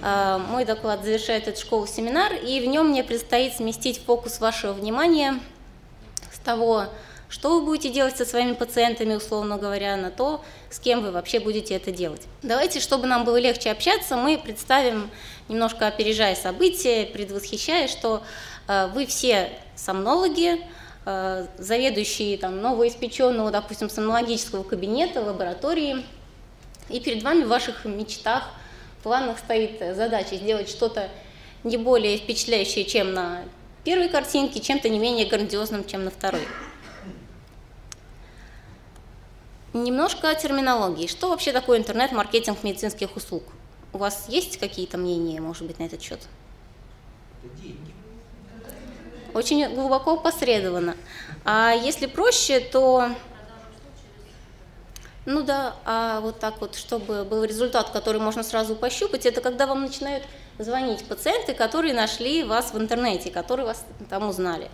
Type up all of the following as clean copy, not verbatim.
Мой доклад завершает эту школу-семинар, и в нем мне предстоит сместить фокус вашего внимания с того, что вы будете делать со своими пациентами, условно говоря, на то, с кем вы вообще будете это делать. Давайте, чтобы нам было легче общаться, мы представим, немножко опережая события, предвосхищая, что вы все сомнологи, заведующие новоиспеченного, допустим, сомнологического кабинета, лаборатории, и перед вами в ваших мечтах, планах стоит задача сделать что-то не более впечатляющее, чем на первой картинке, чем-то не менее грандиозным, чем на второй. Немножко о терминологии. Что вообще такое интернет-маркетинг медицинских услуг? У вас есть какие-то мнения, может быть, на этот счет? Деньги. Очень глубоко опосредованно. А если проще, то... Ну да, а вот так вот, чтобы был результат, который можно сразу пощупать, это когда вам начинают звонить пациенты, которые нашли вас в интернете, которые вас там узнали.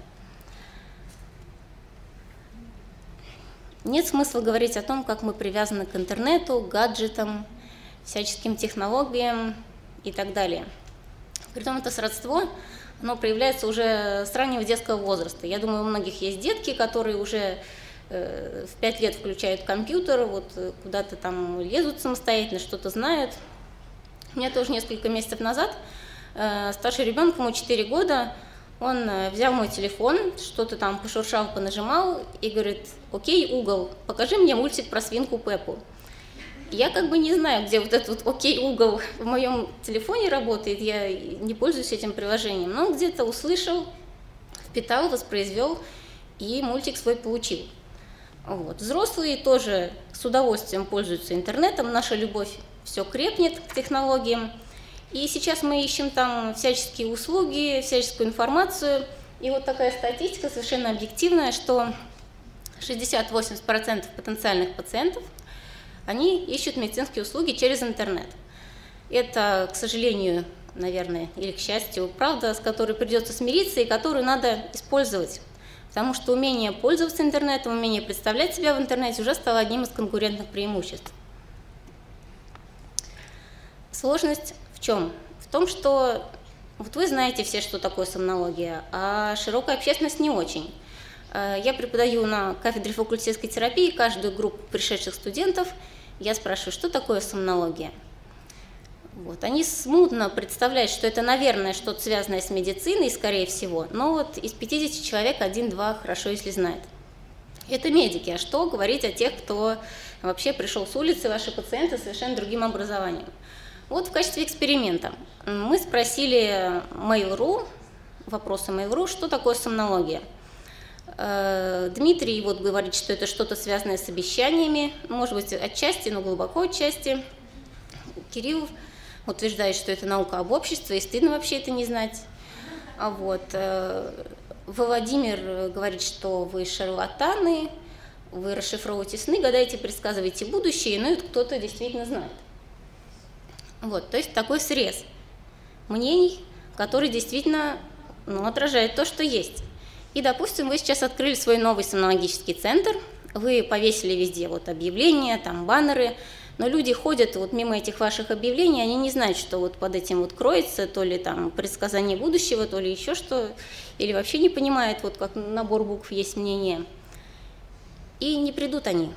Нет смысла говорить о том, как мы привязаны к интернету, гаджетам, всяческим технологиям и так далее. Притом это сродство, оно проявляется уже с раннего детского возраста. Я думаю, у многих есть детки, которые уже в 5 лет включают компьютер, вот куда-то там лезут самостоятельно, что-то знают. У меня тоже несколько месяцев назад старший ребенок, ему 4 года, он взял мой телефон, что-то там пошуршал, понажимал и говорит: «Окей, Угол, покажи мне мультик про свинку Пеппу». Я как бы не знаю, где вот этот вот «Окей, Угол» в моем телефоне работает, я не пользуюсь этим приложением, но он где-то услышал, впитал, воспроизвел и мультик свой получил. Вот. Взрослые тоже с удовольствием пользуются интернетом, наша любовь все крепнет к технологиям. И сейчас мы ищем там всяческие услуги, всяческую информацию. И вот такая статистика совершенно объективная, что 60-80% потенциальных пациентов, они ищут медицинские услуги через интернет. Это, к сожалению, наверное, или к счастью, правда, с которой придется смириться и которую надо использовать. Потому что умение пользоваться интернетом, умение представлять себя в интернете уже стало одним из конкурентных преимуществ. Сложность в чем? В том, что вот вы знаете все, что такое сомнология, а широкая общественность не очень. Я преподаю на кафедре факультетской терапии, каждую группу пришедших студентов я спрашиваю, что такое сомнология. Вот. Они смутно представляют, что это, наверное, что-то связанное с медициной, скорее всего, но вот из 50 человек 1-2 хорошо, если знает. Это медики, а что говорить о тех, кто вообще пришел с улицы, ваши пациенты с совершенно другим образованием. Вот в качестве эксперимента мы спросили Mail.ru, вопросы Mail.ru, что такое сомнология. Дмитрий вот говорит, что это что-то связанное с обещаниями, может быть, отчасти, но глубоко отчасти. Кирилл утверждает, что это наука об обществе, и стыдно вообще это не знать. А вот Владимир говорит, что вы шарлатаны, вы расшифровываете сны, гадаете, предсказываете будущее, ну и кто-то действительно знает. Вот, то есть такой срез мнений, который действительно отражает то, что есть. И, допустим, вы сейчас открыли свой новый сомнологический центр, вы повесили везде вот объявления, там баннеры, но люди ходят вот мимо этих ваших объявлений, они не знают, что вот под этим вот кроется, то ли там предсказание будущего, то ли еще что, или вообще не понимают, вот как набор букв есть мнение. И не придут они.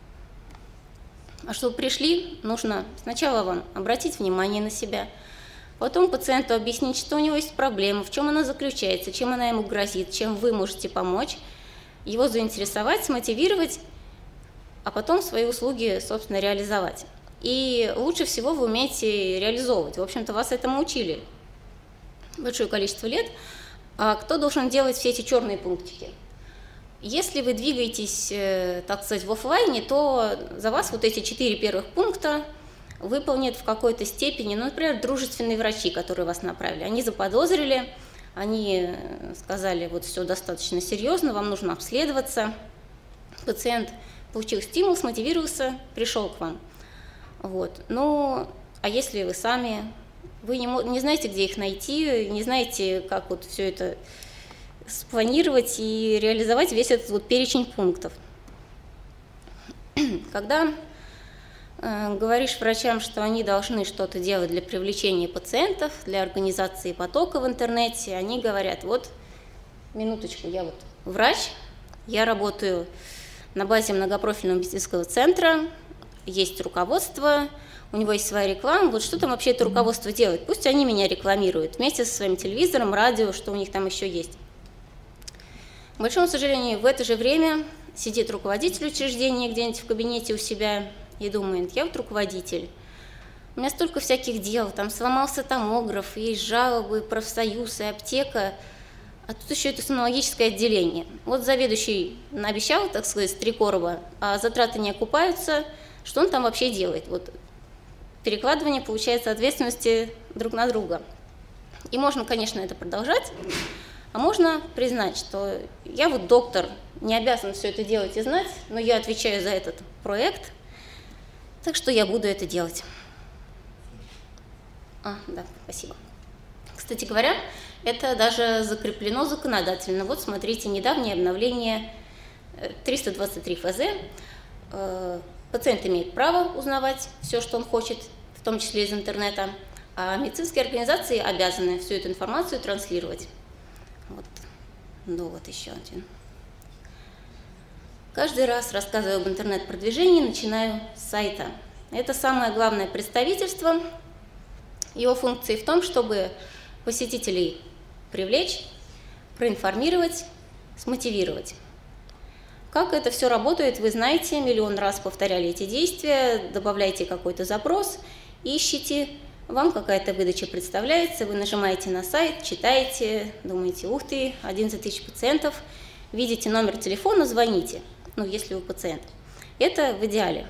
А чтобы пришли, нужно сначала вам обратить внимание на себя, потом пациенту объяснить, что у него есть проблема, в чем она заключается, чем она ему грозит, чем вы можете помочь, его заинтересовать, смотивировать, а потом свои услуги, собственно, реализовать. И лучше всего вы умеете реализовывать. В общем-то, вас этому учили большое количество лет. А кто должен делать все эти черные пунктики? Если вы двигаетесь, так сказать, в офлайне, то за вас вот эти 4 первых пункта выполнят в какой-то степени, ну, например, дружественные врачи, которые вас направили. Они заподозрили, они сказали, вот все достаточно серьезно, вам нужно обследоваться. Пациент получил стимул, смотивировался, пришел к вам. Вот. Ну, а если вы сами, вы не знаете, где их найти, не знаете, как вот все это спланировать и реализовать весь этот вот перечень пунктов. Когда говоришь врачам, что они должны что-то делать для привлечения пациентов, для организации потока в интернете, они говорят: вот, минуточку, я вот врач, я работаю на базе многопрофильного медицинского центра, есть руководство, у него есть своя реклама, вот что там вообще это руководство делает? Пусть они меня рекламируют вместе со своим телевизором, радио, что у них там еще есть. К большому сожалению, в это же время сидит руководитель учреждения где-нибудь в кабинете у себя и думает: я вот руководитель, у меня столько всяких дел, там сломался томограф, есть жалобы, профсоюз и аптека, а тут еще это стоматологическое отделение. Вот заведующий наобещал, так сказать, с 3 короба, а затраты не окупаются, что он там вообще делает? Вот перекладывание, получается, ответственности друг на друга. И можно, конечно, это продолжать, а можно признать, что я вот доктор, не обязан все это делать и знать, но я отвечаю за этот проект, так что я буду это делать. Да, спасибо. Кстати говоря, это даже закреплено законодательно. Вот смотрите, недавнее обновление 323 ФЗ. Пациент имеет право узнавать все, что он хочет, в том числе из интернета, а медицинские организации обязаны всю эту информацию транслировать. Вот довод еще один. Каждый раз, рассказывая об интернет-продвижении, начинаю с сайта. Это самое главное представительство. Его функции в том, чтобы посетителей привлечь, проинформировать, смотивировать. Как это все работает, вы знаете, миллион раз повторяли эти действия, добавляйте какой-то запрос, ищите, вам какая-то выдача представляется, вы нажимаете на сайт, читаете, думаете: ух ты, 11 тысяч пациентов, видите номер телефона, звоните, если вы пациент. Это в идеале.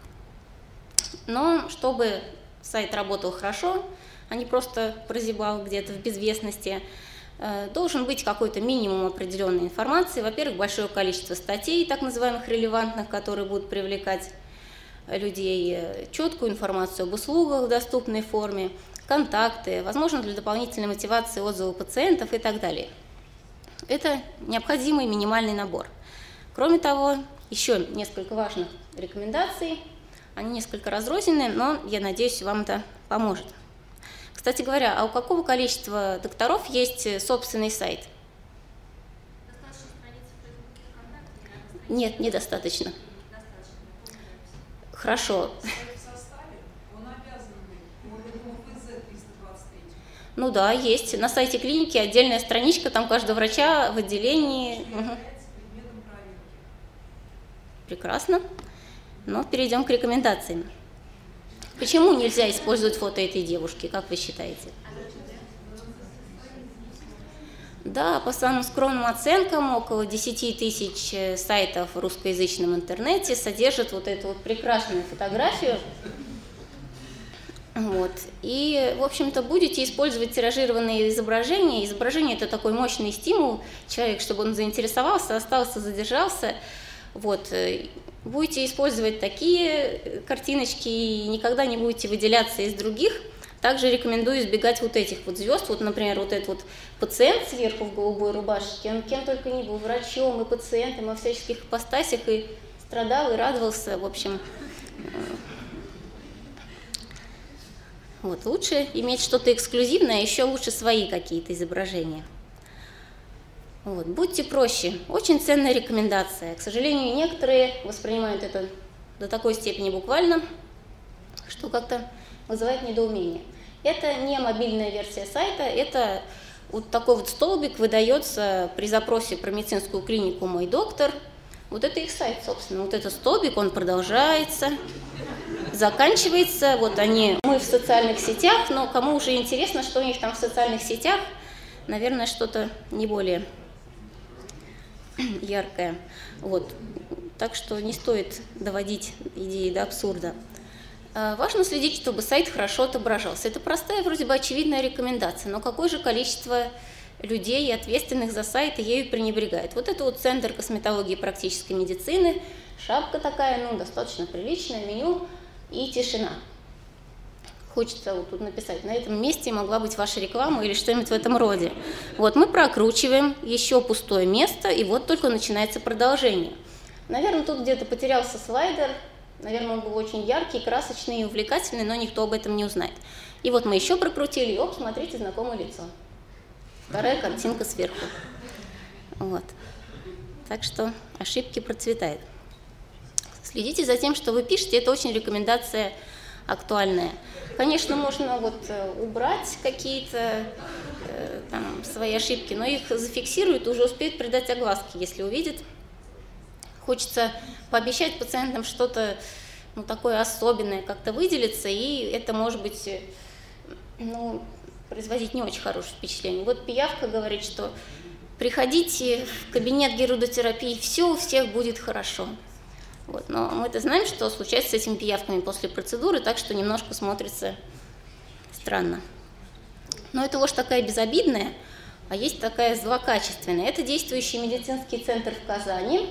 Но чтобы сайт работал хорошо, а не просто прозябал где-то в безвестности, должен быть какой-то минимум определенной информации. Во-первых, большое количество статей, так называемых релевантных, которые будут привлекать людей, четкую информацию об услугах в доступной форме, контакты, возможно, для дополнительной мотивации отзывы пациентов и так далее. Это необходимый минимальный набор. Кроме того, еще несколько важных рекомендаций. Они несколько разрозненные, но, я надеюсь, вам это поможет. Кстати говоря, а у какого количества докторов есть собственный сайт? Достаточно страницы в Фейсбуке, ВКонтакте? Нет, недостаточно. Хорошо. Ну да, есть. На сайте клиники отдельная страничка, там каждого врача в отделении. Прекрасно. Но перейдем к рекомендациям. Почему нельзя использовать фото этой девушки, как вы считаете? Да, по самым скромным оценкам, около 10 тысяч сайтов в русскоязычном интернете содержат вот эту вот прекрасную фотографию. Вот. И, в общем-то, будете использовать тиражированные изображения. Изображение – это такой мощный стимул. Человек, чтобы он заинтересовался, остался, задержался. Вот. Будете использовать такие картиночки и никогда не будете выделяться из других. Также рекомендую избегать вот этих вот звезд. Вот, например, вот этот вот пациент сверху в голубой рубашке, он кем только не был, врачом и пациентом, во всяческих ипостасях, и страдал, и радовался. В общем, вот, лучше иметь что-то эксклюзивное, еще лучше свои какие-то изображения. Вот, будьте проще. Очень ценная рекомендация. К сожалению, некоторые воспринимают это до такой степени буквально, что как-то вызывает недоумение. Это не мобильная версия сайта, это вот такой вот столбик выдается при запросе про медицинскую клинику «Мой доктор». Вот это их сайт, собственно. Вот этот столбик, он продолжается, заканчивается. Вот мы в социальных сетях, но кому уже интересно, что у них там в социальных сетях, наверное, что-то не более яркое. Вот. Так что не стоит доводить идеи до абсурда. Важно следить, чтобы сайт хорошо отображался. Это простая, вроде бы очевидная рекомендация, но какое же количество людей, ответственных за сайт, ею пренебрегает. Вот это вот центр косметологии и практической медицины, шапка такая, достаточно приличная, меню и тишина. Хочется вот тут написать: на этом месте могла быть ваша реклама или что-нибудь в этом роде. Вот мы прокручиваем, еще пустое место, и вот только начинается продолжение. Наверное, тут где-то потерялся слайдер, Наверное, он был очень яркий, красочный и увлекательный, но никто об этом не узнает. И вот мы еще прокрутили, и оп, смотрите, знакомое лицо. Вторая картинка сверху. Вот. Так что ошибки процветают. Следите за тем, что вы пишете, это очень рекомендация актуальная. Конечно, можно вот убрать какие-то там свои ошибки, но их зафиксируют, уже успеют придать огласке, если увидят. Хочется пообещать пациентам что-то такое особенное, как-то выделиться, и это может быть производить не очень хорошее впечатление. Вот пиявка говорит, что приходите в кабинет герудотерапии, все у всех будет хорошо. Вот. Но мы-то знаем, что случается с этими пиявками после процедуры, так что немножко смотрится странно. Но это ложь такая безобидная, а есть такая злокачественная. Это действующий медицинский центр в Казани.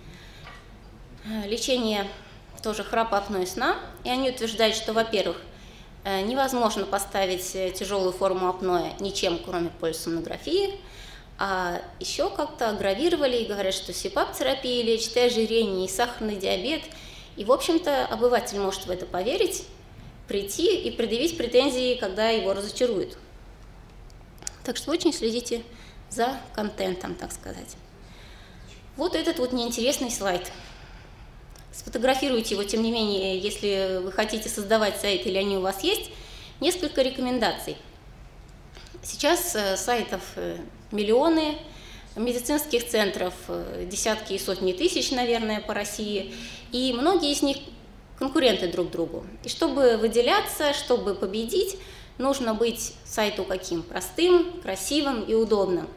Лечение тоже храпа, апноэ сна. И они утверждают, что, во-первых, невозможно поставить тяжелую форму апноэ ничем, кроме полисомнографии. А еще как-то аггравировали и говорят, что СИПАП-терапия лечит и ожирение, и сахарный диабет. И, в общем-то, обыватель может в это поверить, прийти и предъявить претензии, когда его разочаруют. Так что очень следите за контентом, так сказать. Вот этот вот неинтересный слайд. Сфотографируйте его, тем не менее, если вы хотите создавать сайт или они у вас есть. Несколько рекомендаций. Сейчас сайтов миллионы, медицинских центров десятки и сотни тысяч, наверное, по России, и многие из них конкуренты друг другу. И чтобы выделяться, чтобы победить, нужно быть сайту каким? Простым, красивым и удобным.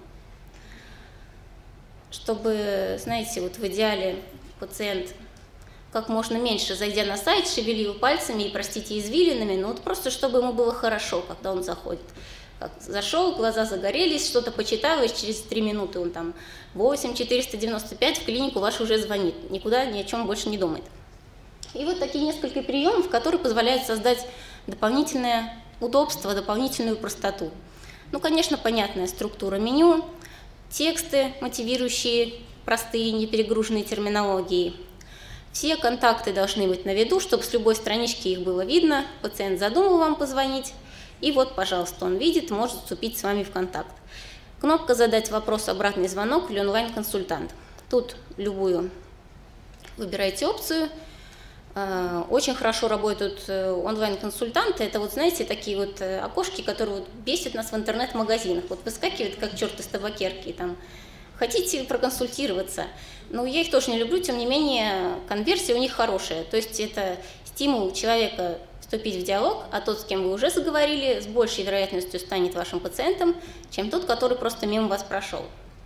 Чтобы, знаете, вот в идеале пациент как можно меньше, зайдя на сайт, шевелил пальцами и, простите, извилинами, но вот просто чтобы ему было хорошо, когда он заходит. Как зашел, глаза загорелись, что-то почитал, и через 3 минуты он там 8495 в клинику вашу уже звонит, никуда ни о чем больше не думает. И вот такие несколько приемов, которые позволяют создать дополнительное удобство, дополнительную простоту. Ну, конечно, понятная структура меню, тексты, мотивирующие простые, неперегруженные терминологией. Все контакты должны быть на виду, чтобы с любой странички их было видно. Пациент задумал вам позвонить, и вот, пожалуйста, он видит, может вступить с вами в контакт. Кнопка «Задать вопрос», «Обратный звонок» или «Онлайн-консультант». Тут любую выбирайте опцию. Очень хорошо работают онлайн-консультанты. Это вот, знаете, такие вот окошки, которые вот бесят нас в интернет-магазинах. Вот выскакивает, как черт из табакерки, там, хотите проконсультироваться. Но я их тоже не люблю, тем не менее, конверсия у них хорошая. То есть это стимул человека вступить в диалог, а тот, с кем вы уже заговорили, с большей вероятностью станет вашим пациентом, чем тот, который просто мимо вас прошел.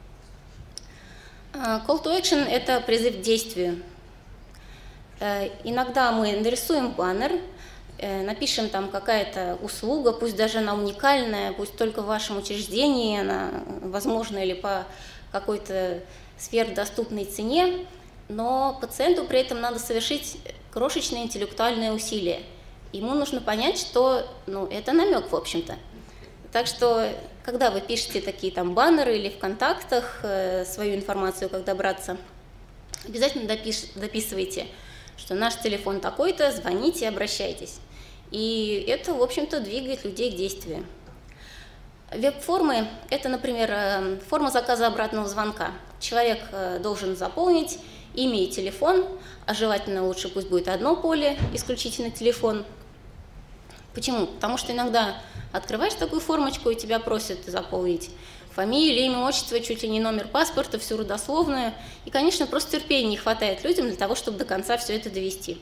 Call to action – это призыв к действию. Иногда мы нарисуем баннер, напишем там какая-то услуга, пусть даже она уникальная, пусть только в вашем учреждении она возможна или по какой-то сверхдоступной цене, но пациенту при этом надо совершить крошечное интеллектуальное усилие. Ему нужно понять, что это намек, в общем-то. Так что, когда вы пишете такие там баннеры или в контактах свою информацию, как добраться, обязательно дописывайте, что наш телефон такой-то, звоните, обращайтесь. И это, в общем-то, двигает людей к действию. Веб-формы – это, например, форма заказа обратного звонка. Человек должен заполнить имя и телефон, а желательно лучше пусть будет одно поле, исключительно телефон. Почему? Потому что иногда открываешь такую формочку, и тебя просят заполнить фамилию, имя, отчество, чуть ли не номер паспорта, всю родословную. И, конечно, просто терпения не хватает людям для того, чтобы до конца все это довести.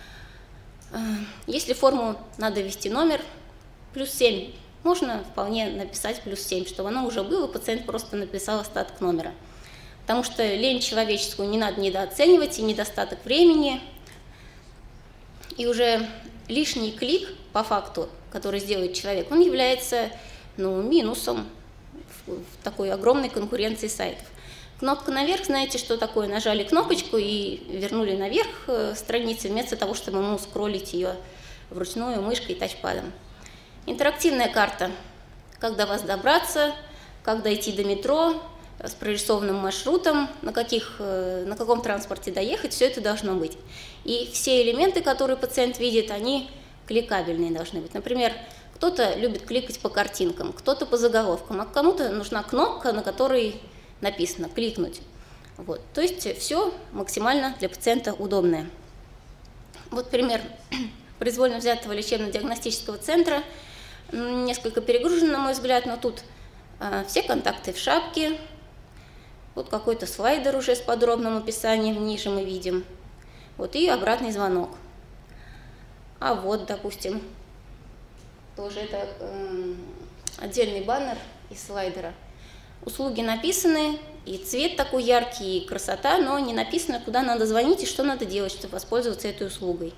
Если форму надо ввести номер, +7, можно вполне написать +7, чтобы оно уже было, пациент просто написал остаток номера. Потому что лень человеческую не надо недооценивать, и недостаток времени. И уже лишний клик, по факту, который сделает человек, он является минусом в такой огромной конкуренции сайтов. Кнопка наверх, знаете, что такое? Нажали кнопочку и вернули наверх страницу, вместо того, чтобы скроллить ее вручную мышкой и тачпадом. Интерактивная карта. Как до вас добраться, как дойти до метро, с прорисованным маршрутом, на каком транспорте доехать, все это должно быть. И все элементы, которые пациент видит, они кликабельные должны быть. Например, кто-то любит кликать по картинкам, кто-то по заголовкам, а кому-то нужна кнопка, на которой написано «кликнуть». Вот. То есть все максимально для пациента удобное. Вот пример произвольно взятого лечебно-диагностического центра, несколько перегружен, на мой взгляд, но тут все контакты в шапке, вот какой-то слайдер уже с подробным описанием, ниже мы видим, вот и обратный звонок. А вот, допустим, тоже это отдельный баннер из слайдера. Услуги написаны, и цвет такой яркий, и красота, но не написано, куда надо звонить и что надо делать, чтобы воспользоваться этой услугой.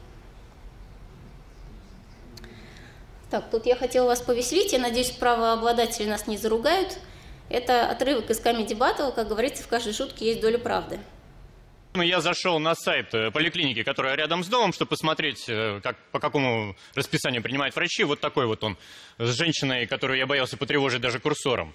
Так, тут я хотела вас повеселить, я надеюсь, правообладатели нас не заругают. Это отрывок из Comedy Battle, как говорится, в каждой шутке есть доля правды. Я зашел на сайт поликлиники, которая рядом с домом, чтобы посмотреть, по какому расписанию принимают врачи. Вот такой вот он, с женщиной, которую я боялся потревожить даже курсором.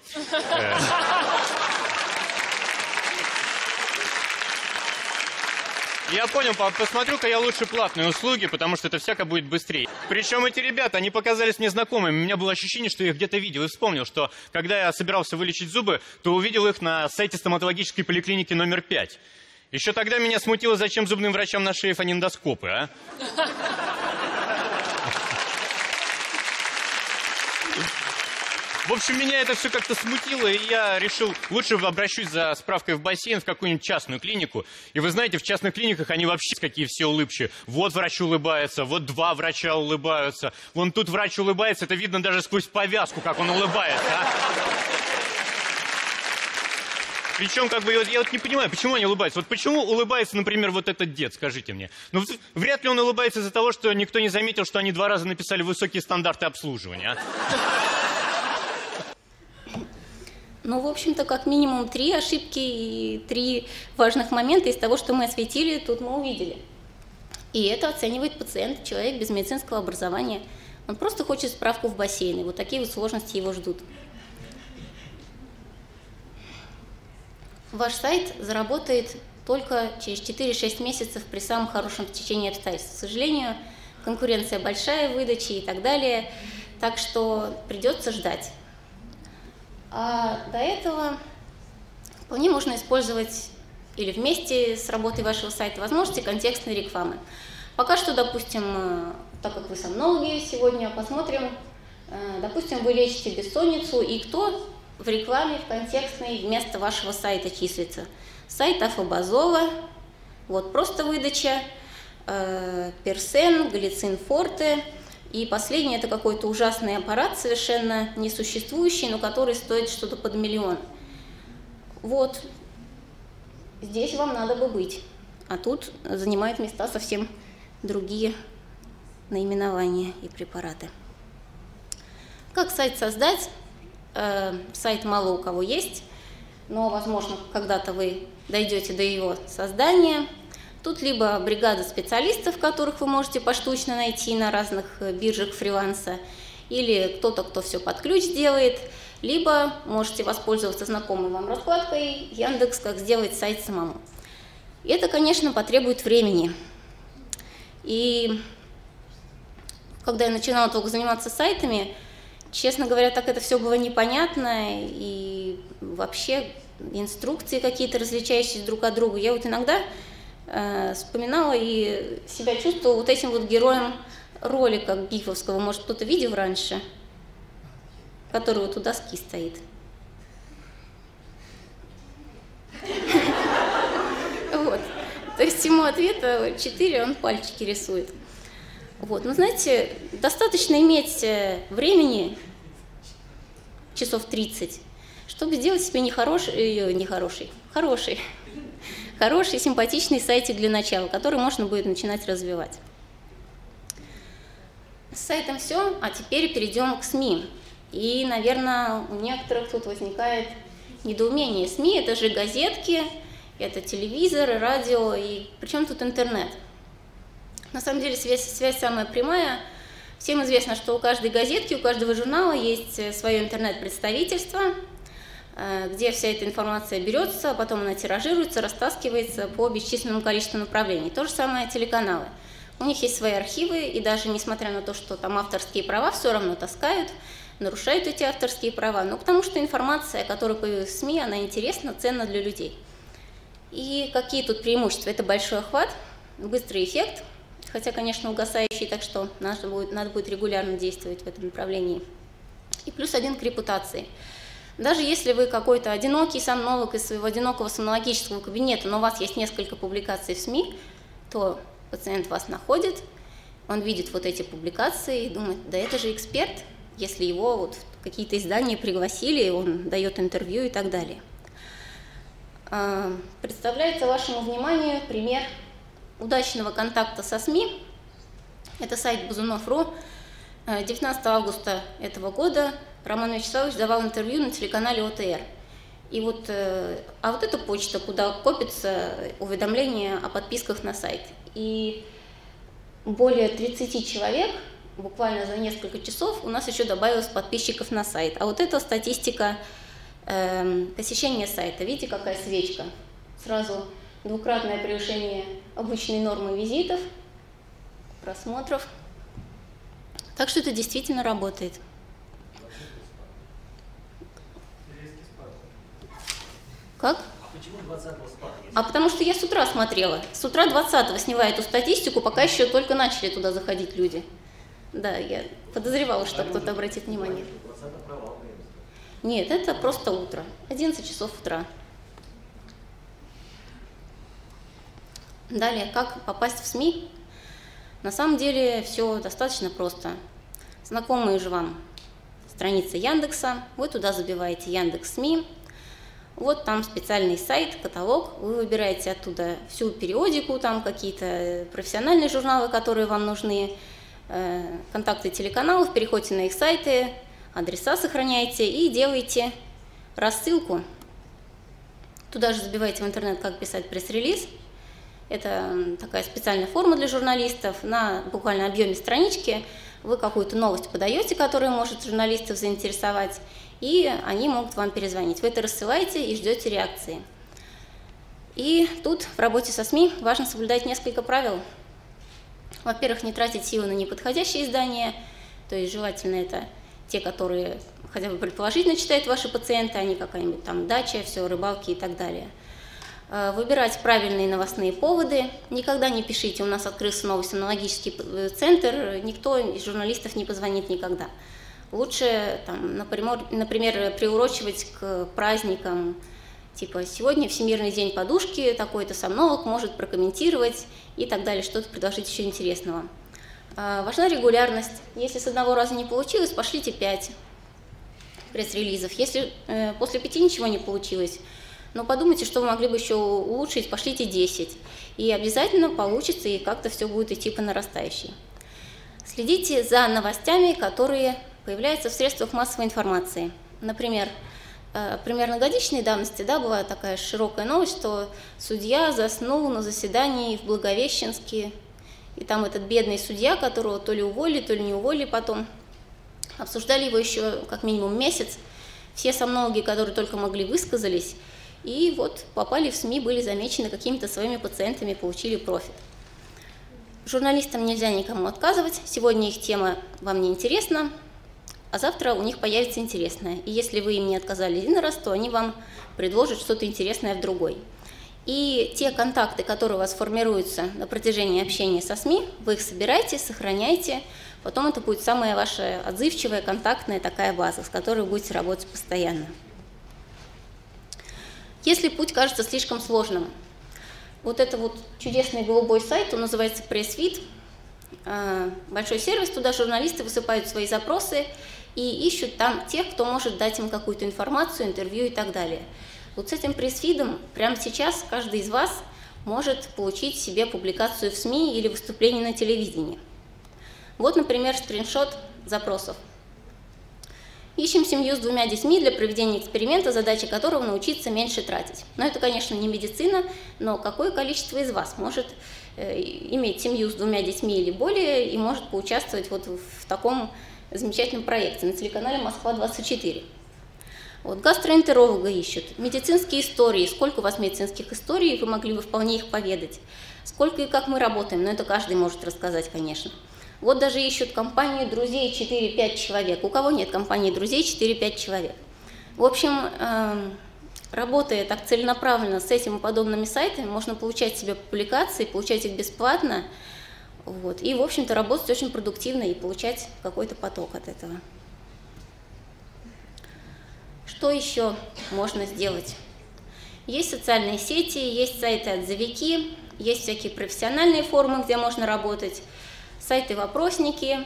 Я понял, посмотрю-ка я лучше платные услуги, потому что это всяко будет быстрее. Причем эти ребята, они показались мне знакомыми. У меня было ощущение, что я их где-то видел. И вспомнил, что когда я собирался вылечить зубы, то увидел их на сайте стоматологической поликлиники номер 5. Еще тогда меня смутило, зачем зубным врачам на шее фонендоскопы, а? В общем, меня это все как-то смутило, и я решил, лучше обращусь за справкой в бассейн в какую-нибудь частную клинику. И вы знаете, в частных клиниках они вообще какие все улыбчивые. Вот врач улыбается, вот два врача улыбаются. Вон тут врач улыбается, это видно даже сквозь повязку, как он улыбается, а? Причем, как бы, я вот не понимаю, почему они улыбаются. Вот почему улыбается, например, вот этот дед, скажите мне. Ну, вряд ли он улыбается из-за того, что никто не заметил, что они 2 раза написали высокие стандарты обслуживания, а? Ну, в общем-то, как минимум 3 ошибки и 3 важных момента из того, что мы осветили, тут мы увидели. И это оценивает пациент, человек без медицинского образования. Он просто хочет справку в бассейн, и вот такие вот сложности его ждут. Ваш сайт заработает только через 4-6 месяцев при самом хорошем течении обстоятельств. К сожалению, конкуренция большая в выдаче и так далее, так что придется ждать. А до этого вполне можно использовать или вместе с работой вашего сайта возможности контекстной рекламы. Пока что, допустим, так как вы сомнологи сегодня, посмотрим, допустим, вы лечите бессонницу, и кто в рекламе, в контекстной вместо вашего сайта числится? Сайт Афобазова, вот просто выдача, Персен, Галицин Форте. И последний – это какой-то ужасный аппарат, совершенно несуществующий, но который стоит что-то под 1 000 000. Вот, здесь вам надо бы быть, а тут занимают места совсем другие наименования и препараты. Как сайт создать? Сайт мало у кого есть, но, возможно, когда-то вы дойдете до его создания. Тут либо бригада специалистов, которых вы можете поштучно найти на разных биржах фриланса, или кто-то, кто все под ключ делает, либо можете воспользоваться знакомой вам раскладкой Яндекс, как сделать сайт самому. И это, конечно, потребует времени. И когда я начинала только заниматься сайтами, честно говоря, так это все было непонятно, и вообще инструкции какие-то различающиеся друг от друга. Я вот иногда вспоминала и себя чувствовала вот этим вот героем ролика гифовского, может, кто-то видел раньше, который вот у доски стоит. Вот. То есть ему ответа 4, он пальчики рисует. Вот. Но знаете, достаточно иметь времени, часов 30, чтобы сделать себе хороший, симпатичный сайтик для начала, который можно будет начинать развивать. С сайтом все, а теперь перейдем к СМИ. И, наверное, у некоторых тут возникает недоумение. СМИ – это же газетки, это телевизор, радио, и причем тут интернет? На самом деле связь самая прямая. Всем известно, что у каждой газетки, у каждого журнала есть свое интернет-представительство. где вся эта информация берется, потом она тиражируется, растаскивается по бесчисленному количеству направлений. То же самое телеканалы. У них есть свои архивы, и даже несмотря на то, что там авторские права все равно таскают, нарушают эти авторские права, но потому что информация, которая появилась в СМИ, она интересна, ценна для людей. И какие тут преимущества? Это большой охват, быстрый эффект, хотя, конечно, угасающий, так что надо будет регулярно действовать в этом направлении. И плюс один к репутации. Даже если вы какой-то одинокий сомнолог из своего одинокого сомнологического кабинета, но у вас есть несколько публикаций в СМИ, то пациент вас находит, он видит вот эти публикации и думает, да это же эксперт, если его вот какие-то издания пригласили, он дает интервью и так далее. Представляется вашему вниманию пример удачного контакта со СМИ. Это сайт Бузунов.ру. 19 августа этого года Роман Вячеславович давал интервью на телеканале ОТР. И вот эта почта, куда копятся уведомления о подписках на сайт. И более 30 человек буквально за несколько часов у нас еще добавилось подписчиков на сайт. А вот это статистика посещения сайта. Видите, какая свечка? Сразу двукратное превышение обычной нормы визитов, просмотров. Так что это действительно работает. Как? А почему 20-го спад? А потому что я с утра смотрела. С утра 20-го снимаю эту статистику, пока еще только начали туда заходить люди. Да, я подозревала, что кто-то обратит внимание. Нет, это просто утро. 11 часов утра. Далее, как попасть в СМИ? На самом деле все достаточно просто. Знакомые же вам страницы Яндекса. Вы туда забиваете Яндекс.СМИ. Вот там специальный сайт, каталог. Вы выбираете оттуда всю периодику, там какие-то профессиональные журналы, которые вам нужны, контакты телеканалов, переходите на их сайты, адреса сохраняете и делаете рассылку. Туда же забиваете в интернет, как писать пресс-релиз. Это такая специальная форма для журналистов. На буквально объеме странички вы какую-то новость подаете, которая может журналистов заинтересовать, и они могут вам перезвонить. Вы это рассылаете и ждете реакции. И тут в работе со СМИ важно соблюдать несколько правил. Во-первых, не тратить силы на неподходящие издания, то есть желательно это те, которые хотя бы предположительно читают ваши пациенты, а не какая-нибудь там дача, все, рыбалки и так далее. Выбирать правильные новостные поводы. Никогда не пишите, у нас открылся новый сомнологический центр, никто из журналистов не позвонит никогда. Лучше, там, например, приурочивать к праздникам, типа сегодня Всемирный день подушки, такой-то сомнолог может прокомментировать и так далее, что-то предложить еще интересного. Важна регулярность. Если с одного раза не получилось, пошлите 5 пресс-релизов. Если после 5 ничего не получилось, но подумайте, что вы могли бы еще улучшить, пошлите 10. И обязательно получится, и как-то все будет идти по нарастающей. Следите за новостями, которые появляются в средствах массовой информации. Например, примерно годичной давности, да, была такая широкая новость, что судья заснул на заседании в Благовещенске, и там этот бедный судья, которого то ли уволили, то ли не уволили потом, обсуждали его еще как минимум месяц. Все сомнологи, которые только могли, высказались, и вот попали в СМИ, были замечены какими-то своими пациентами, получили профит. Журналистам нельзя никому отказывать, сегодня их тема вам не интересна, а завтра у них появится интересное. И если вы им не отказали один раз, то они вам предложат что-то интересное в другой. И те контакты, которые у вас формируются на протяжении общения со СМИ, вы их собираете, сохраняете, потом это будет самая ваша отзывчивая, контактная такая база, с которой вы будете работать постоянно. Если путь кажется слишком сложным, вот это вот чудесный голубой сайт, он называется PressFit, большой сервис, туда журналисты высыпают свои запросы и ищут там тех, кто может дать им какую-то информацию, интервью и так далее. Вот с этим пресс-фидом прямо сейчас каждый из вас может получить себе публикацию в СМИ или выступление на телевидении. Вот, например, скриншот запросов. Ищем семью с 2 детьми для проведения эксперимента, задача которого научиться меньше тратить. Но это, конечно, не медицина, но какое количество из вас может иметь семью с 2 детьми или более и может поучаствовать вот в таком замечательном проекте на телеканале «Москва-24». Вот, гастроэнтеролога ищут, медицинские истории, сколько у вас медицинских историй, вы могли бы вполне их поведать. Сколько и как мы работаем, но это каждый может рассказать, конечно. Вот даже ищут компанию друзей 4-5 человек. У кого нет компании друзей 4-5 человек? В общем, работая так целенаправленно с этим и подобными сайтами, можно получать себе публикации, получать их бесплатно, вот, и, в общем-то, работать очень продуктивно и получать какой-то поток от этого. Что еще можно сделать? Есть социальные сети, есть сайты-отзывики, есть всякие профессиональные форумы, где можно работать, сайты-вопросники.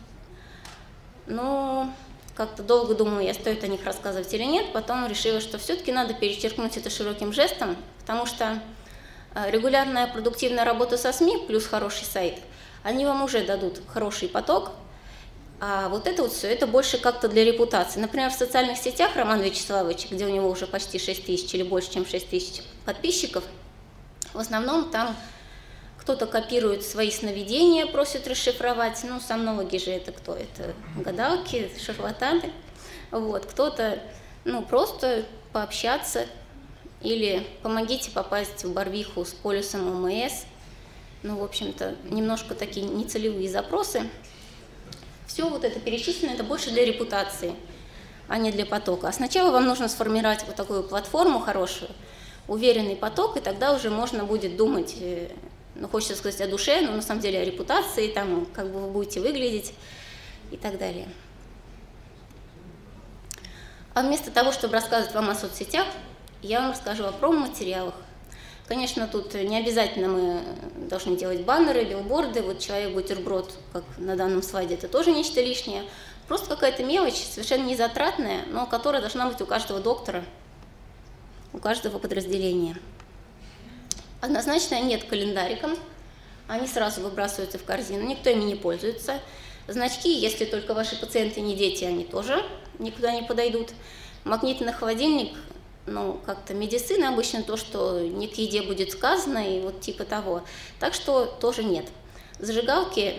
Ну, как-то долго думала, я стоит о них рассказывать или нет, потом решила, что все-таки надо перечеркнуть это широким жестом, потому что регулярная продуктивная работа со СМИ плюс хороший сайт, они вам уже дадут хороший поток, а вот это вот все, это больше как-то для репутации. Например, в социальных сетях Роман Вячеславович, где у него уже почти 6 тысяч или больше, чем 6 тысяч подписчиков, в основном там кто-то копирует свои сновидения, просит расшифровать. Ну, сомнологи же это кто? Это гадалки, шарлатаны. Вот. Кто-то, ну, просто пообщаться или помогите попасть в Барвиху с полюсом ОМС. Ну, в общем-то, немножко такие нецелевые запросы. Все вот это перечислено, это больше для репутации, а не для потока. А сначала вам нужно сформировать вот такую платформу хорошую, уверенный поток, и тогда уже можно будет думать, ну, хочется сказать о душе, но на самом деле о репутации, там, как бы вы будете выглядеть и так далее. А вместо того, чтобы рассказывать вам о соцсетях, я вам расскажу о промо-материалах. Конечно, тут не обязательно мы должны делать баннеры, билборды, вот человек-бутерброд, как на данном слайде, это тоже нечто лишнее. Просто какая-то мелочь, совершенно незатратная, но которая должна быть у каждого доктора, у каждого подразделения. Однозначно нет календариком, они сразу выбрасываются в корзину, никто ими не пользуется. Значки, если только ваши пациенты не дети, они тоже никуда не подойдут. Магнитный холодильник, ну, как-то медицина обычно то, что не к еде будет сказано, и вот типа того. Так что тоже нет. Зажигалки,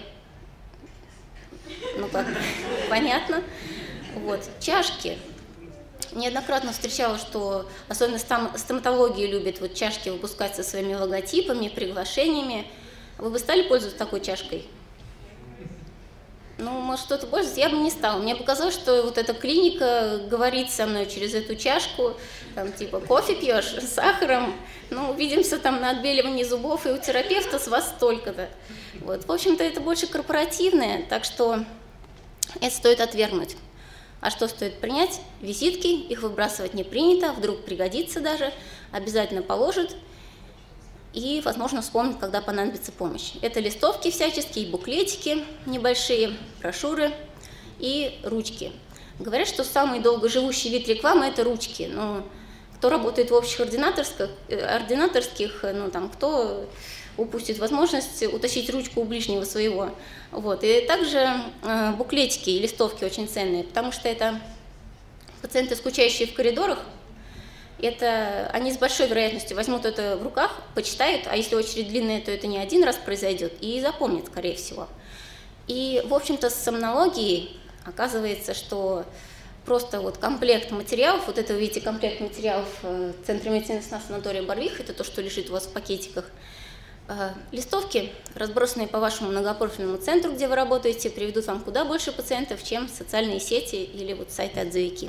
ну, как понятно. Вот, чашки. Неоднократно встречала, что особенно стоматология любит вот чашки выпускать со своими логотипами, приглашениями. Вы бы стали пользоваться такой чашкой? Ну, может, что-то пользоваться? Я бы не стала. Мне показалось, что вот эта клиника говорит со мной через эту чашку, там, типа, кофе пьешь с сахаром, ну, увидимся там на отбеливании зубов, и у терапевта с вас столько-то. Вот. В общем-то, это больше корпоративное, так что это стоит отвергнуть. А что стоит принять? Визитки, их выбрасывать не принято, вдруг пригодится даже, обязательно положат и, возможно, вспомнит, когда понадобится помощь. Это листовки всяческие, буклетики небольшие, брошюры и ручки. Говорят, что самый долгоживущий вид рекламы – это ручки. Ну, кто работает в общих ординаторских, ну, там, кто упустит возможность утащить ручку у ближнего своего. Вот. И также буклетики и листовки очень ценные, потому что это пациенты, скучающие в коридорах, это они с большой вероятностью возьмут это в руках, почитают, а если очередь длинная, то это не один раз произойдет, и запомнят, скорее всего. И, в общем-то, с сомнологией оказывается, что просто вот комплект материалов, вот это вы видите комплект материалов в Центре медицины сна санатория Барвиха, это то, что лежит у вас в пакетиках. Листовки, разбросанные по вашему многопрофильному центру, где вы работаете, приведут вам куда больше пациентов, чем социальные сети или вот сайты-отзывики.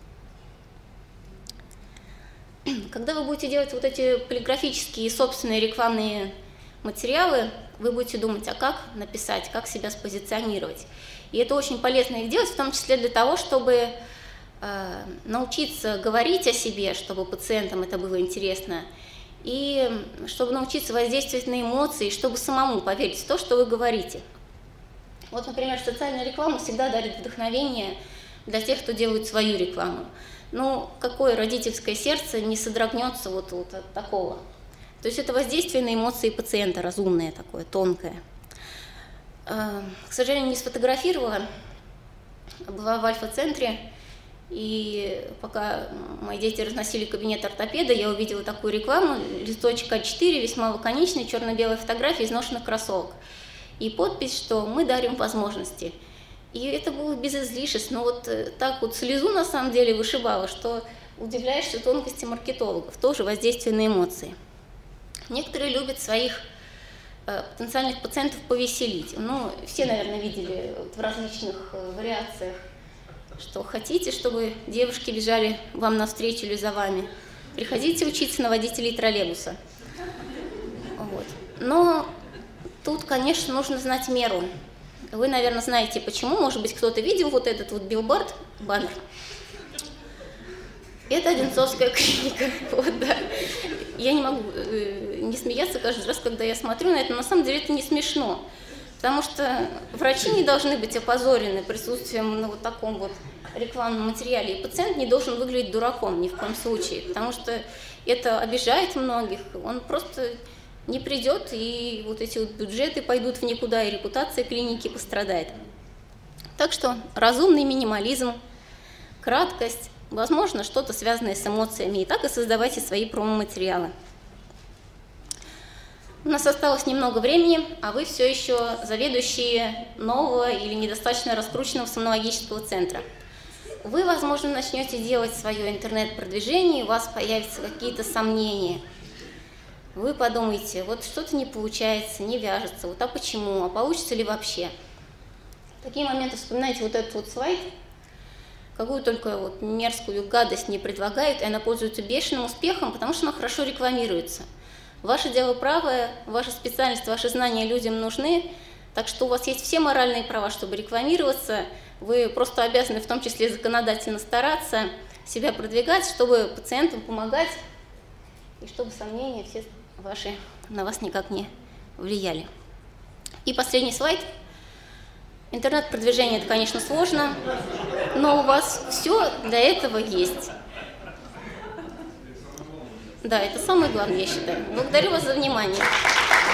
Когда вы будете делать вот эти полиграфические собственные рекламные материалы, вы будете думать, а как написать, как себя спозиционировать. И это очень полезно их делать, в том числе для того, чтобы научиться говорить о себе, чтобы пациентам это было интересно, и чтобы научиться воздействовать на эмоции, чтобы самому поверить в то, что вы говорите. Вот, например, социальная реклама всегда дарит вдохновение для тех, кто делает свою рекламу. Ну, какое родительское сердце не содрогнется вот от такого? То есть это воздействие на эмоции пациента, разумное такое, тонкое. К сожалению, не сфотографировала, была в Альфа-центре, и пока мои дети разносили кабинет ортопеда, я увидела такую рекламу, листочек А4, весьма лаконичный, черно-белая фотография изношенных кроссовок. И подпись, что мы дарим возможности. И это было без излишеств, но вот так вот слезу на самом деле вышибало, что удивляешься тонкости маркетологов, тоже воздействие на эмоции. Некоторые любят своих потенциальных пациентов повеселить. Ну, все, наверное, видели в различных вариациях, что хотите, чтобы девушки бежали вам навстречу или за вами. Приходите учиться на водителей троллейбуса. Вот. Но тут, конечно, нужно знать меру. Вы, наверное, знаете, почему. Может быть, кто-то видел вот этот вот билборд, баннер. Это Одинцовская клиника. Вот, да. Я не могу не смеяться каждый раз, когда я смотрю на это. Но на самом деле это не смешно. Потому что врачи не должны быть опозорены присутствием на вот таком вот рекламном материале. И пациент не должен выглядеть дураком ни в коем случае. Потому что это обижает многих. Он просто не придет, и вот эти вот бюджеты пойдут в никуда, и репутация клиники пострадает. Так что разумный минимализм, краткость, возможно, что-то связанное с эмоциями, и так и создавайте свои промо-материалы. У нас осталось немного времени, а вы все еще заведующие нового или недостаточно раскрученного сомнологического центра. Вы, возможно, начнете делать свое интернет-продвижение, и у вас появятся какие-то сомнения. Вы подумаете, вот что-то не получается, не вяжется, вот а почему, а получится ли вообще? В такие моменты вспоминайте вот этот вот слайд, какую только вот мерзкую гадость не предлагают, и она пользуется бешеным успехом, потому что она хорошо рекламируется. Ваше дело правое, ваша специальность, ваши знания людям нужны, так что у вас есть все моральные права, чтобы рекламироваться, вы просто обязаны в том числе законодательно стараться, себя продвигать, чтобы пациентам помогать, и чтобы сомнения все ваши на вас никак не влияли. И последний слайд. Интернет-продвижение – это, конечно, сложно, но у вас все для этого есть. Да, это самое главное, я считаю. Благодарю вас за внимание.